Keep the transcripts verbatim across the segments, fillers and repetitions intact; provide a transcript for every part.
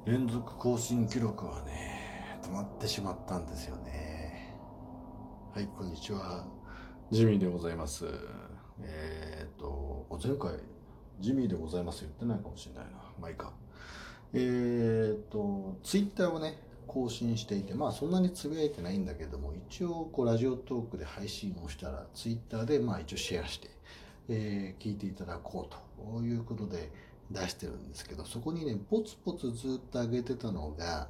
連続更新記録はね、止まってしまったんですよね。はい、こんにちは。ジミーでございます。えーっと、前回、ジミーでございます言ってないかもしれないな。まあいいか。えーっと、ツイッターをね、更新していて、まあそんなにつぶやいてないんだけども、一応こうラジオトークで配信をしたら、ツイッターでまあ一応シェアして、えー聞いていただこうということで出してるんですけど、そこにね、ポツポツずっと上げてたのが、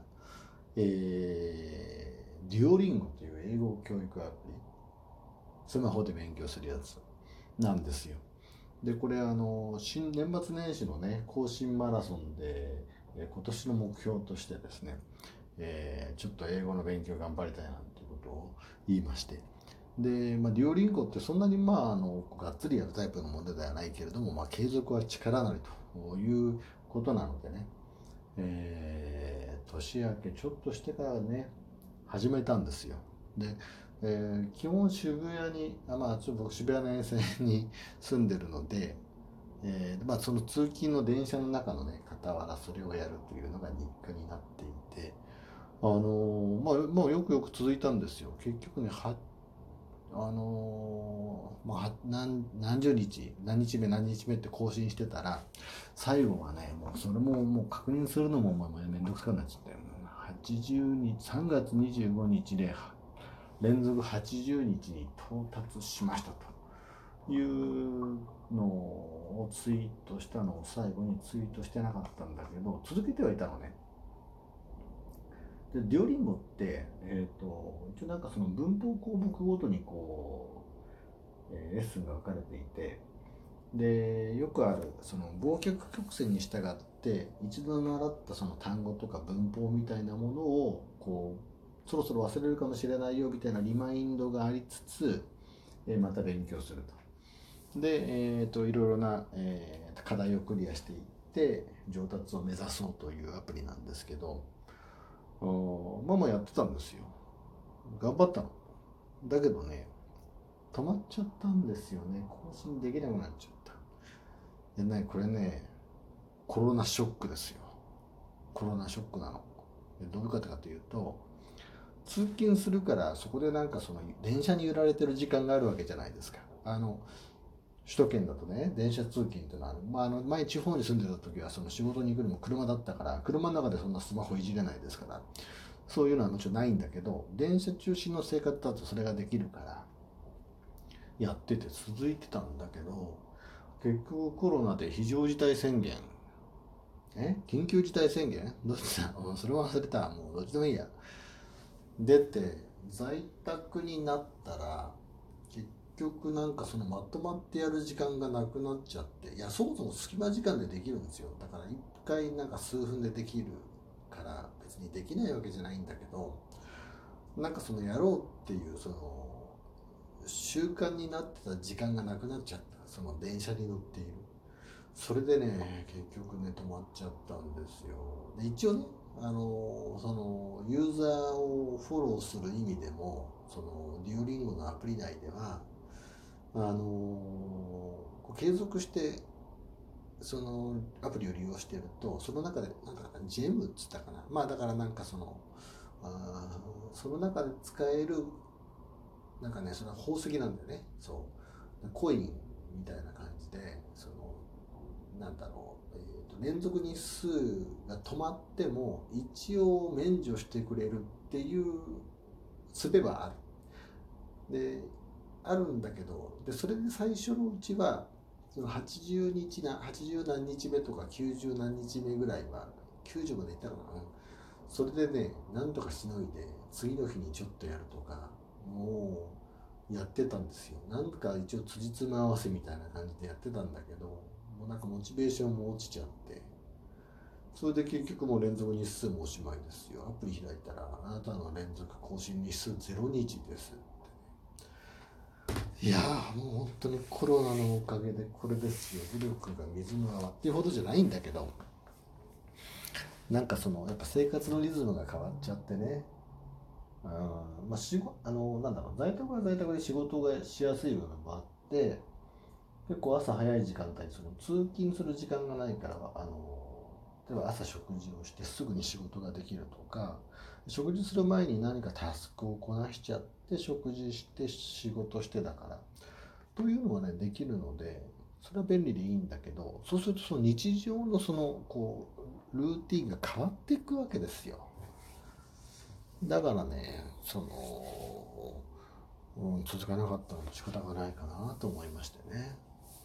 えー、デュオリンゴという英語教育アプリ、スマホで勉強するやつなんですよ。で、これあの、新年末年始のね、更新マラソンで、えー今年の目標としてですね、えーちょっと英語の勉強頑張りたいなということを言いまして、で、まあ、デュオリンゴってそんなにまああのがっつりやるタイプのものではないけれども、まあ、継続は力なりということなのでね、えー年明けちょっとしてからね始めたんですよ。で、えー基本渋谷にあまあちょっと僕渋谷の沿線に住んでるので、えーまあ、その通勤の電車の中のね傍らそれをやるというのが日課になっていて、あのーまあ、まあよくよく続いたんですよ。結局ねはあのーまあ、何何十日何日目何日目って更新してたら、最後はねもうそれももう確認するのもまあめんどくさくなっちゃって、はちじゅうにちさんがつにじゅうごにちで連続はちじゅうにちに到達しましたというのをツイートしたのを最後にツイートしてなかったんだけど、続けてはいたのね。でデュオリンゴって、えー、と一応なんかその文法項目ごとにこう、えーレッスンが分かれていて、でよくあるその忘却曲線に従って一度習ったその単語とか文法みたいなものをこうそろそろ忘れるかもしれないよみたいなリマインドがありつつ、えーまた勉強すると。で、えー、といろいろな、えー課題をクリアしていって上達を目指そうというアプリなんですけど、まあまあやってたんですよ。頑張ったの。だけどね、止まっちゃったんですよね。更新できなくなっちゃった。でね、これね、コロナショックですよ。コロナショックなの。でどういうことかというと、通勤するからそこでなんかその電車に揺られてる時間があるわけじゃないですか。あの首都圏だとね、電車通勤っていうのは、まあ、あの前地方に住んでた時はその仕事に行くのも車だったから、車の中でそんなスマホいじれないですから、そういうのはもちろんないんだけど、電車中心の生活だとそれができるからやってて続いてたんだけど、結局コロナで非常事態宣言、え緊急事態宣言どっちだ、それは忘れた。もうどっちでもいいや。出て在宅になったら、結局なんかそのまとまってやる時間がなくなっちゃって、いやそもそも隙間時間でできるんですよ。だから一回なんか数分でできるから別にできないわけじゃないんだけど、なんかそのやろうっていうその習慣になってた時間がなくなっちゃった。その電車に乗っている。それでね結局ね止まっちゃったんですよ。で一応ね、あのそのユーザーをフォローする意味でも、そのデュオリンゴのアプリ内ではあの継続してそのアプリを利用してると、その中でなんかジェムっつったかな、まあだからなんかそのあその中で使えるなんかね、それは宝石なんだよね。そうコインみたいな感じで、そのなんだろう、えーと連続日数が止まっても一応免除してくれるっていう術はある。であるんだけど、でそれで最初のうちはそのはちじゅうにちなはちじゅう何日目とかきゅうじゅう何日目ぐらいは、きゅうじゅうまでいったかな、うん、それでねなんとかしのいで次の日にちょっとやるとか、もうやってたんですよ。なんか一応辻褄合わせみたいな感じでやってたんだけど、もうなんかモチベーションも落ちちゃって、それで結局もう連続日数もおしまいですよ。アプリ開いたら、あなたの連続更新日数ゼロ日です。いやーもう本当にコロナのおかげでこれですよ。努力が水の泡っていうほどじゃないんだけど、なんかそのやっぱ生活のリズムが変わっちゃってね。あーまあ仕事あのなんだろう、在宅は在宅で仕事がしやすい部分もあって、結構朝早い時間帯、その通勤する時間がないから、あの例えば朝食事をしてすぐに仕事ができるとか、食事する前に何かタスクをこなしちゃって食事して仕事してだからというのはねできるので、それは便利でいいんだけど、そうするとその日常のそのこうルーティンが変わっていくわけですよ。だからね、その、うん、続かなかったのも仕方がないかなと思いましてね。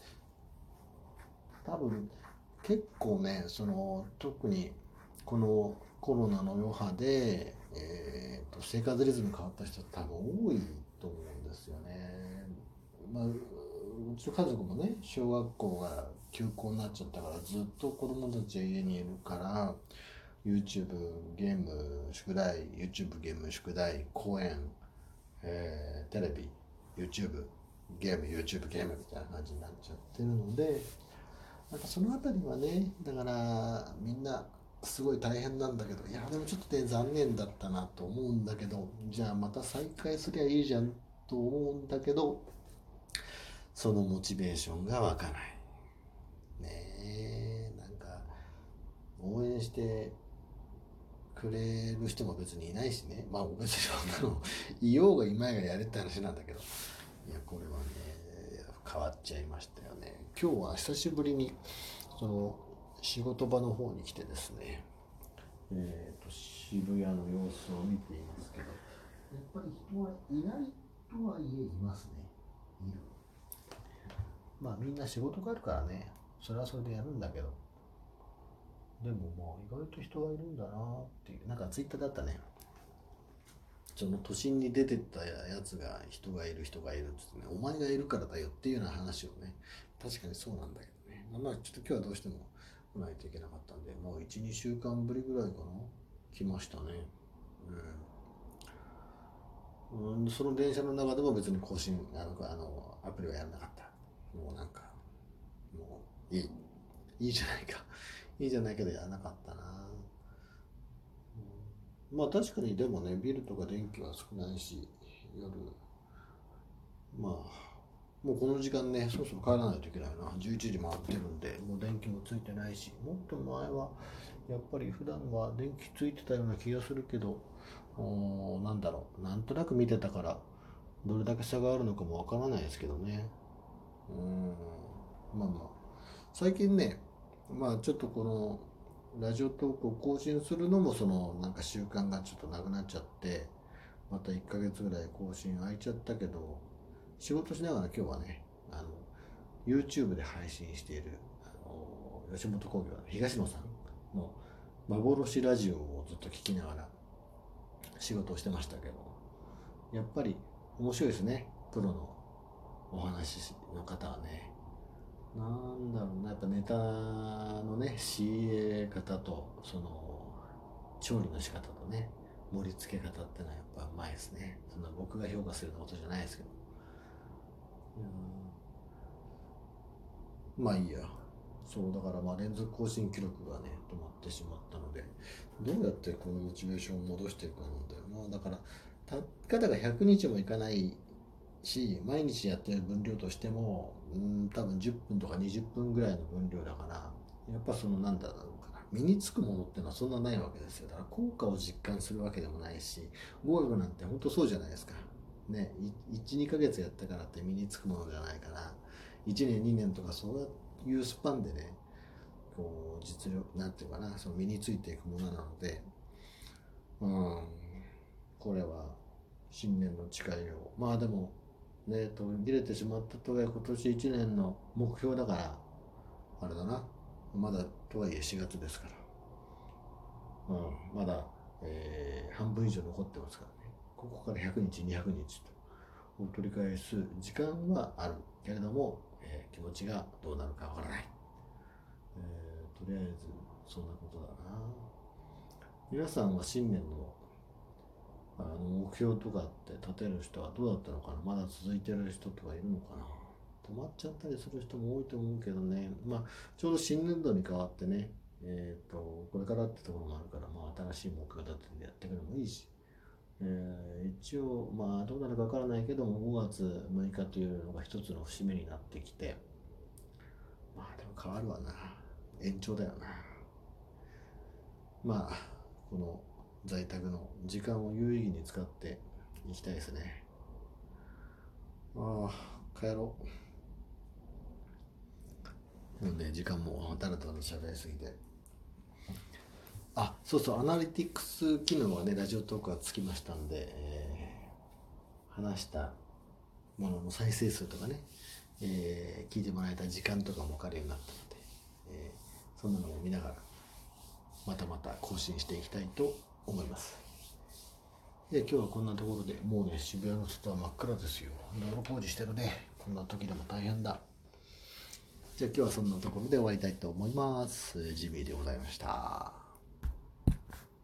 多分結構ね、その特にこのコロナの余波で、えーと生活リズム変わった人多分多いと思うんですよね。まあ、うちの家族もね、小学校が休校になっちゃったからずっと子供たちは家にいるから、YouTube ゲーム宿題、YouTube ゲーム宿題、公演、えーテレビ、YouTube ゲーム、YouTube ゲームみたいな感じになっちゃってるので、なんかそのあたりはね、だからみんなすごい大変なんだけど、いやでもちょっとね残念だったなと思うんだけど、じゃあまた再開すりゃいいじゃんと思うんだけど、そのモチベーションが湧かない。ねえ、なんか応援してくれる人も別にいないしね。まあ別にそんなのいようがいまいがやれって話なんだけど、いやこれはね変わっちゃいましたよね。今日は久しぶりにその仕事場の方に来てですね、えー、と渋谷の様子を見ていますけど、やっぱり人はいないとはいえいますね。いる。まあみんな仕事があるからね、それはそれでやるんだけど、でもまあ意外と人がいるんだなっていう、なんかツイッターだったね。その都心に出てったやつが人がいる人がいるっつってね、お前がいるからだよっていうような話をね、確かにそうなんだけどね。まあちょっと今日はどうしても来ないといけなかったんで、もういち、にしゅうかんぶりぐらいかな、来ましたね。うん、その電車の中でも別に更新、あの、あのアプリはやらなかった。もうなんか、もういい。いいじゃないか。いいじゃないけどやらなかったな。うん、まあ確かにでもね、ビルとか電気は少ないし、夜、まあ、もうこの時間ね、そろそろ帰らないといけないな。じゅういちじ回ってるんで、もう電気もついてないし、もっと前は、やっぱり普段は電気ついてたような気がするけど、おーなんだろう、なんとなく見てたから、どれだけ差があるのかもわからないですけどね。うーん、まあまあ、最近ね、まあちょっとこの、ラジオトークを更新するのも、その、なんか習慣がちょっとなくなっちゃって、またいっかげつぐらい更新空いちゃったけど、仕事しながら今日はね、あの YouTube で配信しているあの吉本興業の東野さんの幻ラジオをずっと聞きながら仕事をしてましたけど、やっぱり面白いですね、プロのお話の方はね。なんだろうな、やっぱネタのね仕入れ方とその調理の仕方とね盛り付け方ってのはやっぱうまいですね。そんな僕が評価するようなことじゃないですけど、まあいいや。そうだからまあ連続更新記録がね止まってしまったので、どうやってこのモチベーションを戻していくかなんだよな。だからたったかひゃくにちもいかないし、毎日やってる分量としてもうん多分じゅっぷんとかにじゅっぷんぐらいの分量だから、やっぱそのなんだろうかな、身につくものっていうのはそんなないわけですよ。だから効果を実感するわけでもないし、語学なんて本当そうじゃないですかね。いち、にかげつやったからって身につくものじゃないから、いちねんにねんとかそういうスパンでね、こう実力なんていうかな、その身についていくものなので、うん、これは新年の誓いを、まあでもね途切れてしまったとはいえ今年いちねんの目標だから、あれだな、まだとはいえしがつですから、うん、まだ、えー半分以上残ってますからね。ここからひゃくにちにひゃくにちと取り返す時間はあるけれども、えー気持ちがどうなるかわからない。えーとりあえずそんなことだな。皆さんは新年のあの目標とかって立てる人はどうだったのかな。まだ続いてる人とかいるのかな。止まっちゃったりする人も多いと思うけどね。まあちょうど新年度に変わってね、えっ、とこれからってところもあるから、まあ新しい目標立ててやっていくのもいいし、えー一応まあどうなるかわからないけども、ごがつむいかというのが一つの節目になってきて、まあでも変わるわな。延長だよな。 まあこの在宅の時間を有意義に使っていきたいですね。ああ、帰ろう。もうね、時間もだらだら喋りすぎて。あ、そうそう、アナリティクス機能はね、ラジオトークがつきましたんで、えー話したものの再生数とかね、えー聞いてもらえた時間とかも分かるようになったので、えーそんなのも見ながら、またまた更新していきたいと思います。で、今日はこんなところで、もうね、渋谷の外は真っ暗ですよ。道路工事してるね。こんな時でも大変だ。じゃあ今日はそんなところで終わりたいと思います。ジミーでございました。